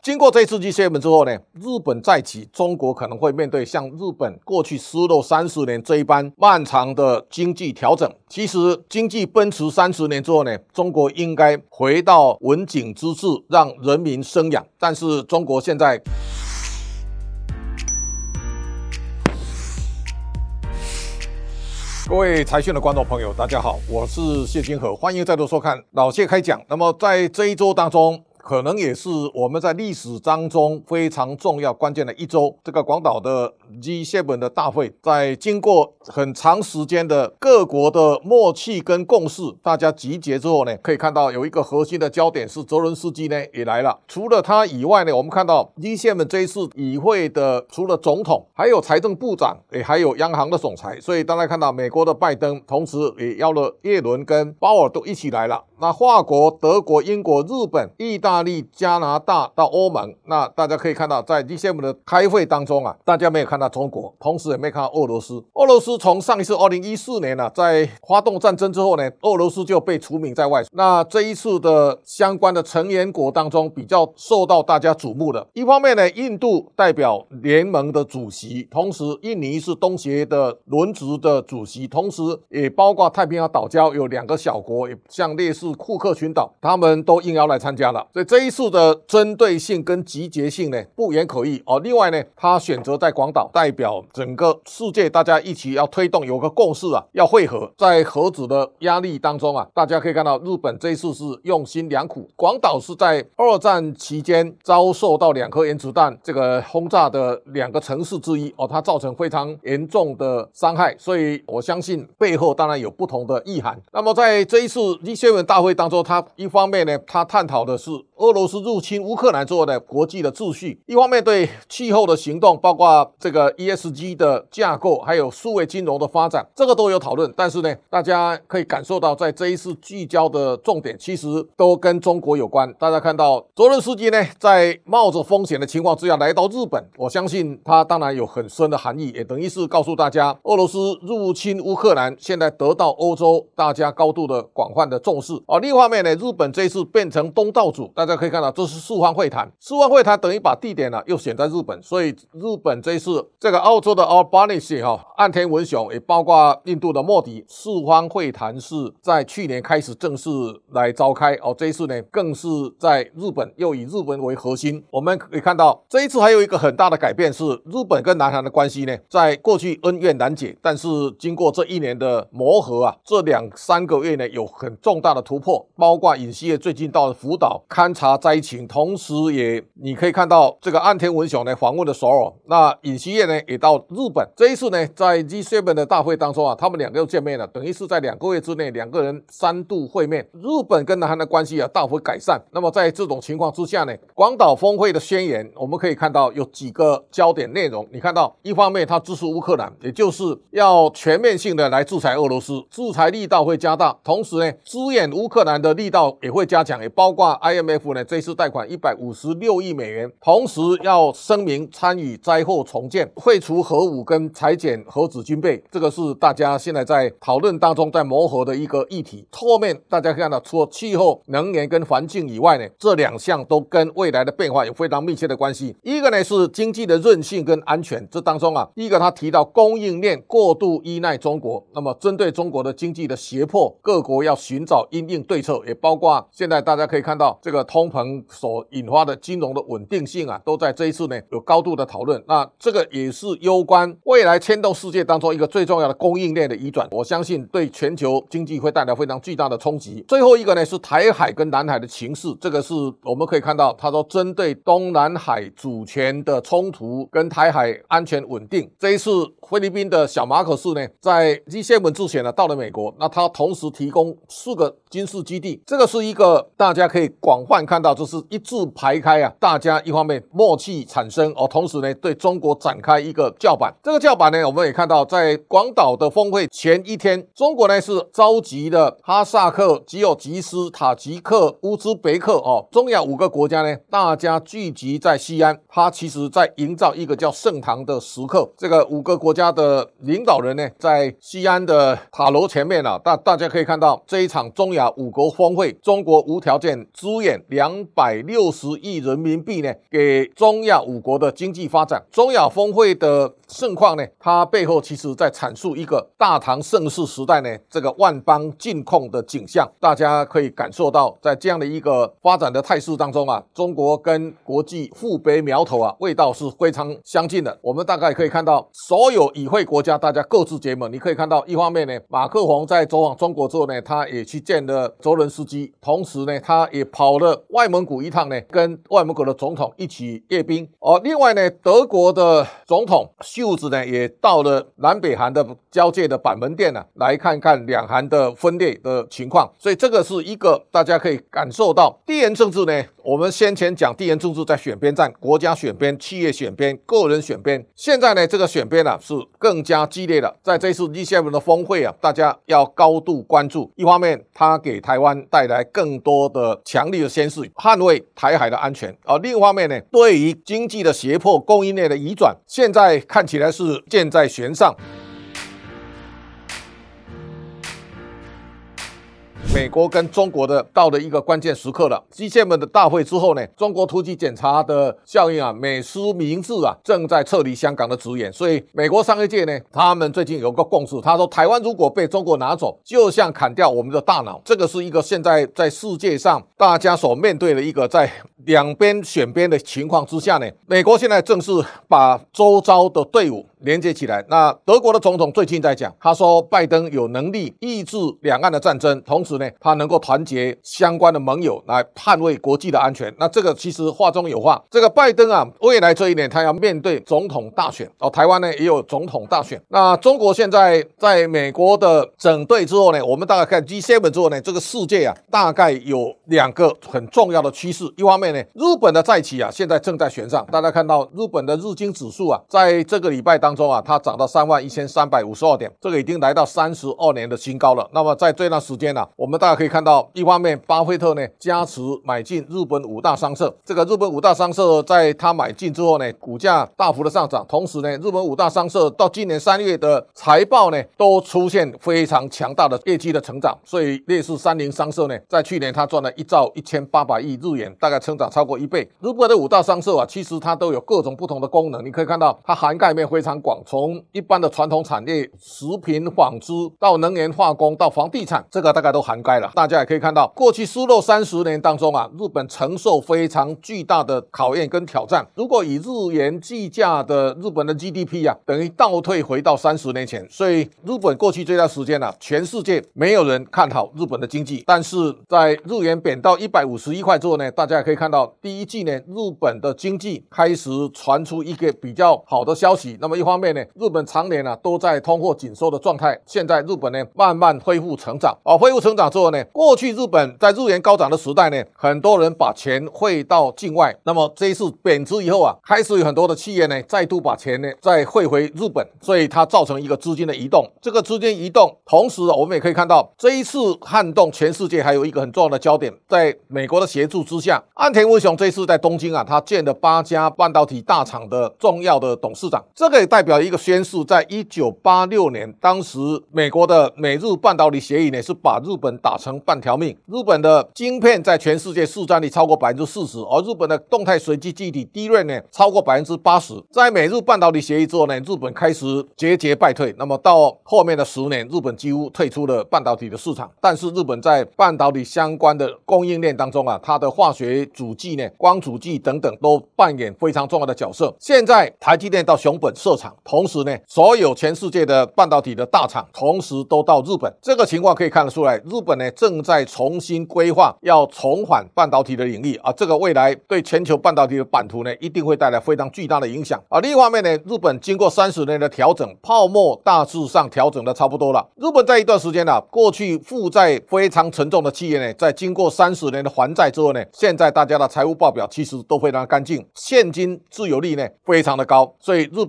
经过这次 G7 之后呢，日本再起，中国可能会面对像日本过去失落30年这一般漫长的经济调整。其实经济奔驰30年之后呢，中国应该回到稳景之治，让人民生养。但是中国现在各位财讯的观众朋友，大家好，我是谢金河，欢迎再度收看老谢开讲。那么在这一周当中，可能也是我们在历史当中非常重要关键的一周。这个广岛的 G7 的大会，在经过很长时间的各国的默契跟共识，大家集结之后呢，可以看到有一个核心的焦点是泽伦斯基呢也来了。除了他以外呢，我们看到 G7 这一次与会的除了总统，还有财政部长，还有央行的总裁。所以大家看到美国的拜登，同时也邀了耶伦跟鲍尔都一起来了。那法国、德国、英国、日本、意大利、加拿大到欧盟，那大家可以看到，在 G7 的开会当中啊，大家没有看到中国，同时也没有看到俄罗斯。俄罗斯从上一次2014年啊，在发动战争之后呢，俄罗斯就被除名在外。那这一次的相关的成员国当中，比较受到大家瞩目的，一方面呢，印度代表联盟的主席，同时印尼是东协的轮值的主席，同时也包括太平洋岛礁有2个小国，也像类似库克群岛，他们都应邀来参加了。所以这一次的针对性跟集结性呢，不言可议哦。另外呢，他选择在广岛代表整个世界，大家一起要推动有个共识啊，要会合。在核子的压力当中啊，大家可以看到日本这一次是用心良苦。广岛是在2战期间遭受到2颗原子弹这个轰炸的2个城市之一哦，它造成非常严重的伤害，所以我相信背后当然有不同的意涵。那么在这一次 G7 大会当中，他一方面呢，他探讨的是俄罗斯入侵乌克兰之后的国际的秩序，一方面对气候的行动，包括这个 ESG 的架构，还有数位金融的发展，这个都有讨论。但是呢，大家可以感受到，在这一次聚焦的重点其实都跟中国有关。大家看到泽伦斯基呢，在冒着风险的情况之下来到日本，我相信他当然有很深的含义，也等于是告诉大家，俄罗斯入侵乌克兰现在得到欧洲大家高度的广泛的重视。另一方面呢，日本这一次变成东道主，大家可以看到这是四方会谈，四方会谈等于把地点呢又选在日本，所以日本这一次这个澳洲的 Albanese 岸田文雄，也包括印度的莫迪，四方会谈是在去年开始正式来召开这一次呢更是在日本，又以日本为核心。我们可以看到这一次还有一个很大的改变是日本跟南韩的关系呢，在过去恩怨难解，但是经过这1年的磨合啊，这2-3个月呢有很重大的突破，包括尹锡悦最近到了福岛勘察灾情，同时也你可以看到这个岸田文雄呢访问了首尔，那尹锡悦呢也到日本。这一次呢在 G7 的大会当中啊，他们2个又见面了，等于是在2个月之内2个人3度会面，日本跟南韩的关系啊大幅改善。那么在这种情况之下呢，广岛峰会的宣言我们可以看到有几个焦点内容。你看到一方面他支持乌克兰，也就是要全面性的来制裁俄罗斯，制裁力道会加大，同时呢支援乌克兰的力道也会加强，也包括 IMF 呢这次贷款156亿美元，同时要声明参与灾后重建，废除核武跟裁减核子军备，这个是大家现在在讨论当中在磨合的一个议题。后面大家看到除了气候、能源跟环境以外呢，这2项都跟未来的变化有非常密切的关系。一个呢是经济的韧性跟安全，这当中啊，第一个他提到供应链过度依赖中国，那么针对中国的经济的胁迫，各国要寻找因应对策，也包括现在大家可以看到这个通膨所引发的金融的稳定性啊，都在这一次呢有高度的讨论。那这个也是攸关未来牵动世界当中一个最重要的供应链的移转，我相信对全球经济会带来非常巨大的冲击。最后一个呢是台海跟南海的情势，这个是我们可以看到他说针对东南海主权的冲突跟台海安全稳定，这一次菲律宾的小马可仕呢在 G7 之前呢到了美国，那他同时提供4个军事基地，这个是一个大家可以广泛看到，就是一字排开啊，大家一方面默契产生同时呢对中国展开一个叫板。这个叫板呢我们也看到在广岛的峰会前一天，中国呢是召集了哈萨克、吉尔吉斯、塔吉克、乌兹别克中亚5个国家呢，大家聚集在西安，它其实在营造一个叫盛唐的时刻。这个5个国家的领导人呢在西安的塔楼前面啊，大家可以看到这一场中亚亚5国峰会，中国无条件支援260亿人民币呢，给中亚5国的经济发展。中亚峰会的盛况呢，它背后其实在阐述一个大唐盛世时代呢，这个万邦尽控的景象。大家可以感受到，在这样的一个发展的态势当中啊，中国跟国际父辈苗头啊，味道是非常相近的。我们大概可以看到，所有与会国家大家各自结盟。你可以看到，一方面呢，马克宏在走访中国之后呢，他也去见了泽伦斯基，同时呢，他也跑了外蒙古一趟呢，跟外蒙古的总统一起阅兵。另外呢，德国的总统秀子呢，也到了南北韩的交界的板门店呢，来看看两韩的分裂的情况。所以这个是一个大家可以感受到地缘政治呢。我们先前讲地缘政治在选边站，国家选边，企业选边，个人选边。现在呢，这个选边啊是更加激烈的。在这次 G7 的峰会啊，大家要高度关注。一方面，它给台湾带来更多的强力的宣示，捍卫台海的安全。另一方面呢，对于经济的胁迫、供应链的移转，现在看起来是箭在弦上。美国跟中国的到了一个关键时刻了。G7的大会之后呢，中国突击检查的效应啊，美苏明治啊正在撤离香港的职员，所以美国上一届呢，他们最近有个共识，他说台湾如果被中国拿走，就像砍掉我们的大脑。这个是一个现在在世界上大家所面对的一个在两边选边的情况之下呢，美国现在正是把周遭的队伍连接起来。那德国的总统最近在讲，他说拜登有能力抑制两岸的战争，同时呢，他能够团结相关的盟友来捍卫国际的安全。那这个其实话中有话，这个拜登啊，未来这一年他要面对总统大选台湾呢也有总统大选。那中国现在在美国的整队之后呢，我们大概看 G7 之后呢，这个世界啊大概有两个很重要的趋势。一方面呢，日本的再起啊现在正在旋上，大家看到日本的日经指数啊，在这个礼拜当中啊，它涨到31,352点，这个已经来到32年的新高了。那么在这段时间啊，我们大家可以看到，一方面巴菲特呢加持买进日本5大商社，这个日本5大商社在他买进之后呢，股价大幅的上涨，同时呢，日本5大商社到今年3月的财报呢都出现非常强大的业绩的成长，所以类似三菱商社呢，在去年它赚了1兆1800亿日元，大概成长超过1倍。日本的5大商社啊，其实它都有各种不同的功能，你可以看到它涵盖面非常广，从一般的传统产业、食品纺织到能源化工到房地产，这个大概都涵盖了。大家也可以看到，过去失落30年当中啊，日本承受非常巨大的考验跟挑战。如果以日元计价的日本的 GDP 啊，等于倒退回到30年前。所以日本过去这段时间啊，全世界没有人看好日本的经济。但是在日元贬到151块之后呢，大家也可以看到，第一季呢，日本的经济开始传出一个比较好的消息。那么一方面呢，日本常年啊都在通货紧缩的状态，现在日本呢慢慢恢复成长。恢复成长之后呢，过去日本在日元高涨的时代呢，很多人把钱汇到境外。那么这一次贬值以后啊，开始有很多的企业呢再度把钱呢再汇回日本，所以它造成一个资金的移动。这个资金移动，同时我们也可以看到，这一次撼动全世界还有一个很重要的焦点，在美国的协助之下，岸田文雄这一次在东京啊，他见了8家半导体大厂的重要的董事长，这个也代表一个宣示，在1986年，当时美国的美日半导体协议呢，是把日本打成半条命。日本的晶片在全世界市占率超过 40%， 而日本的动态随机记忆体 DRAM 呢超过 80%。在美日半导体协议之后呢，日本开始节节败退。那么到后面的10年，日本几乎退出了半导体的市场。但是日本在半导体相关的供应链当中啊，它的化学主剂呢、光主剂等等都扮演非常重要的角色。现在台积电到熊本设厂，同时呢，所有全世界的半导体的大厂同时都到日本。这个情况可以看得出来，日本呢正在重新规划要重返半导体的领域啊，这个未来对全球半导体的版图呢一定会带来非常巨大的影响啊。另一方面呢，日本经过30年的调整，泡沫大致上调整的差不多了。日本在一段时间啊，过去负债非常沉重的企业呢，在经过30年的还债之后呢，现在大家的财务报表其实都非常干净，现金自有率呢非常的高，所以日本在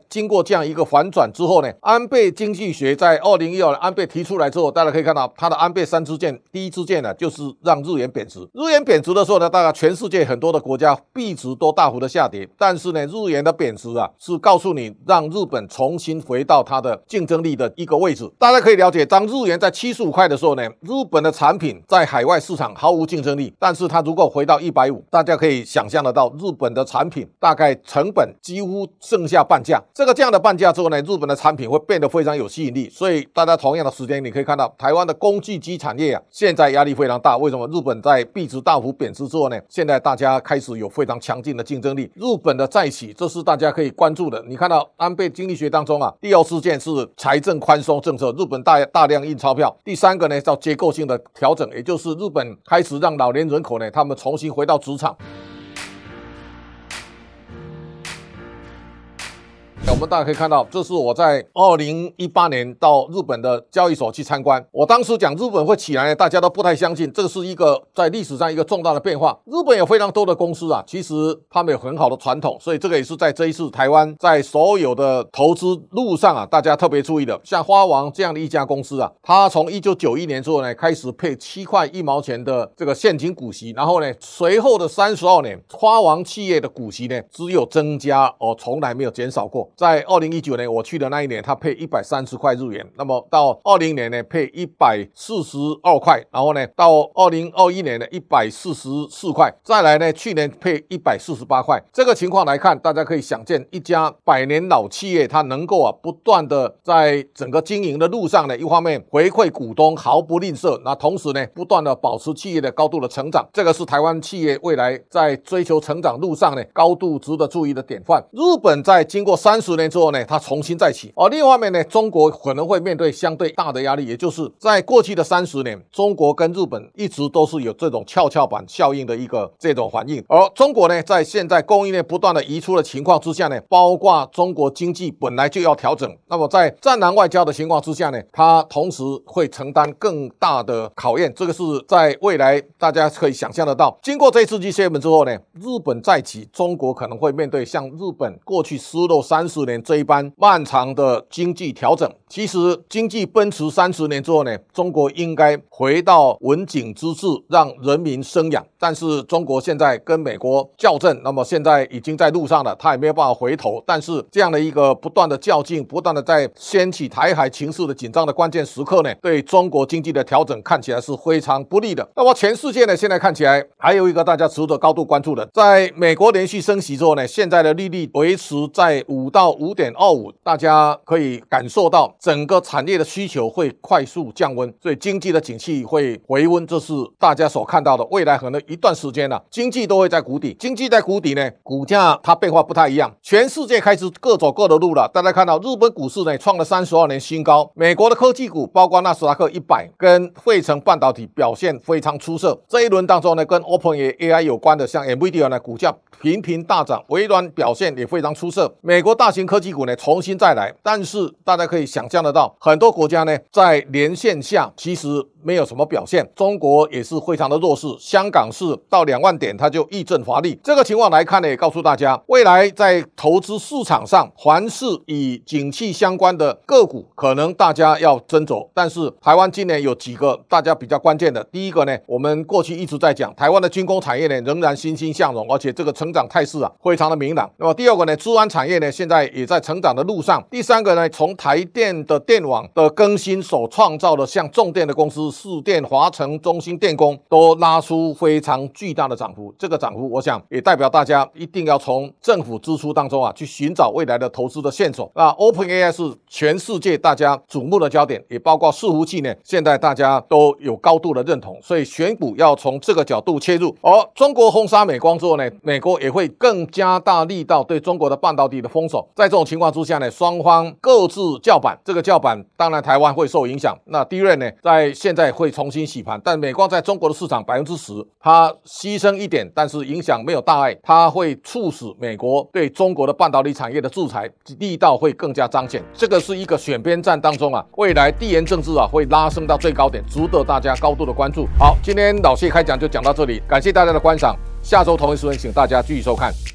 经过这样一个反转之后呢，安倍经济学在2016年安倍提出来之后，大家可以看到他的安倍3支箭，第一支箭呢就是让日元贬值。日元贬值的时候呢，大概全世界很多的国家币值都大幅的下跌，但是呢，日元的贬值啊，是告诉你让日本重新回到它的竞争力的一个位置。大家可以了解，当日元在75块的时候呢，日本的产品在海外市场毫无竞争力，但是它如果回到150，大家可以想象得到，日本的产品大概成本几乎剩下半价。这样的半价之后呢，日本的产品会变得非常有吸引力。所以大家同样的时间，你可以看到台湾的工具机产业啊，现在压力非常大。为什么？日本在币值大幅贬值之后呢，现在大家开始有非常强劲的竞争力。日本的再起，这是大家可以关注的。你看到安倍经济学当中啊，第二支箭是财政宽松政策，日本大量印钞票。第三个呢叫结构性的调整，也就是日本开始让老年人口呢，他们重新回到职场。我们大家可以看到，这是我在2018年到日本的交易所去参观。我当时讲日本会起来，大家都不太相信，这是一个在历史上一个重大的变化。日本有非常多的公司啊，其实他们有很好的传统，所以这个也是在这一次台湾在所有的投资路上啊，大家特别注意的。像花王这样的一家公司啊，它从1991年之后呢，开始配7块1毛钱的这个现金股息，然后呢，随后的32年，花王企业的股息呢，只有增加从来没有减少过。在2019年我去的那一年，它配130块日元，那么到20年呢配142块，然后呢到2021年呢144块，再来呢去年配148块。这个情况来看，大家可以想见，一家100年老企业，它能够不断的在整个经营的路上呢，一方面回馈股东毫不吝啬，那同时呢不断的保持企业的高度的成长，这个是台湾企业未来在追求成长路上呢高度值得注意的典范。日本在经过30年之后呢，它重新再起。另一方面呢，中国可能会面对相对大的压力，也就是在过去的30年，中国跟日本一直都是有这种跷跷板效应的一个这种反应。而中国呢，在现在供应链不断的移出的情况之下呢，包括中国经济本来就要调整，那么在战狼外交的情况之下呢，它同时会承担更大的考验。这个是在未来大家可以想象得到。经过这次 G7 之后呢，日本再起，中国可能会面对像日本过去失落30年这一般漫长的经济调整。其实经济奔驰30年之后呢，中国应该回到文景之治，让人民生养。但是中国现在跟美国较正，那么现在已经在路上了，他也没有办法回头。但是这样的一个不断的较劲，不断的在掀起台海情势的紧张的关键时刻呢，对中国经济的调整看起来是非常不利的。那么全世界呢，现在看起来还有一个大家值得高度关注的，在美国连续升息之后呢，现在的利率维持在5到5.25，大家可以感受到整个产业的需求会快速降温，所以经济的景气会回温，这是大家所看到的。未来可能一段时间经济都会在谷底，经济在谷底呢，股价它变化不太一样，全世界开始各走各的路了。大家看到日本股市呢创了32年新高，美国的科技股包括纳斯达克100跟费城半导体表现非常出色。这一轮当中呢，跟 OpenAI 有关的像 NVIDIA 呢，股价频频大涨，微软表现也非常出色。美国大型科技股呢重新再来，但是大家可以想象得到，很多国家呢在连线下其实没有什么表现，中国也是非常的弱势，香港是到2万点它就一阵乏力。这个情况来看呢，也告诉大家，未来在投资市场上，凡是与景气相关的个股，可能大家要斟酌。但是台湾今年有几个大家比较关键的，第一个呢，我们过去一直在讲，台湾的军工产业呢仍然欣欣向荣，而且这个成长态势非常的明朗。那么第二个呢，资安产业呢现在也在成长的路上。第三个呢，从台电的电网的更新所创造的像重电的公司，士电、华城、中兴电工都拉出非常巨大的涨幅。这个涨幅我想也代表大家一定要从政府支出当中去寻找未来的投资的线索。那 OpenAI 是全世界大家瞩目的焦点，也包括伺服器呢，现在大家都有高度的认同，所以选股要从这个角度切入。而中国轰杀美光之后呢，美国也会更加大力道对中国的半导体的封锁。在这种情况之下呢，双方各自叫板，这个叫板当然台湾会受影响。那DRAM呢，在现在会重新洗盘，但美光在中国的市场10%，它牺牲一点，但是影响没有大碍，它会促使美国对中国的半导体产业的制裁力道会更加彰显。这个是一个选边站当中未来地缘政治会拉升到最高点，值得大家高度的关注。好，今天老谢开讲就讲到这里，感谢大家的观赏，下周同一时间请大家继续收看。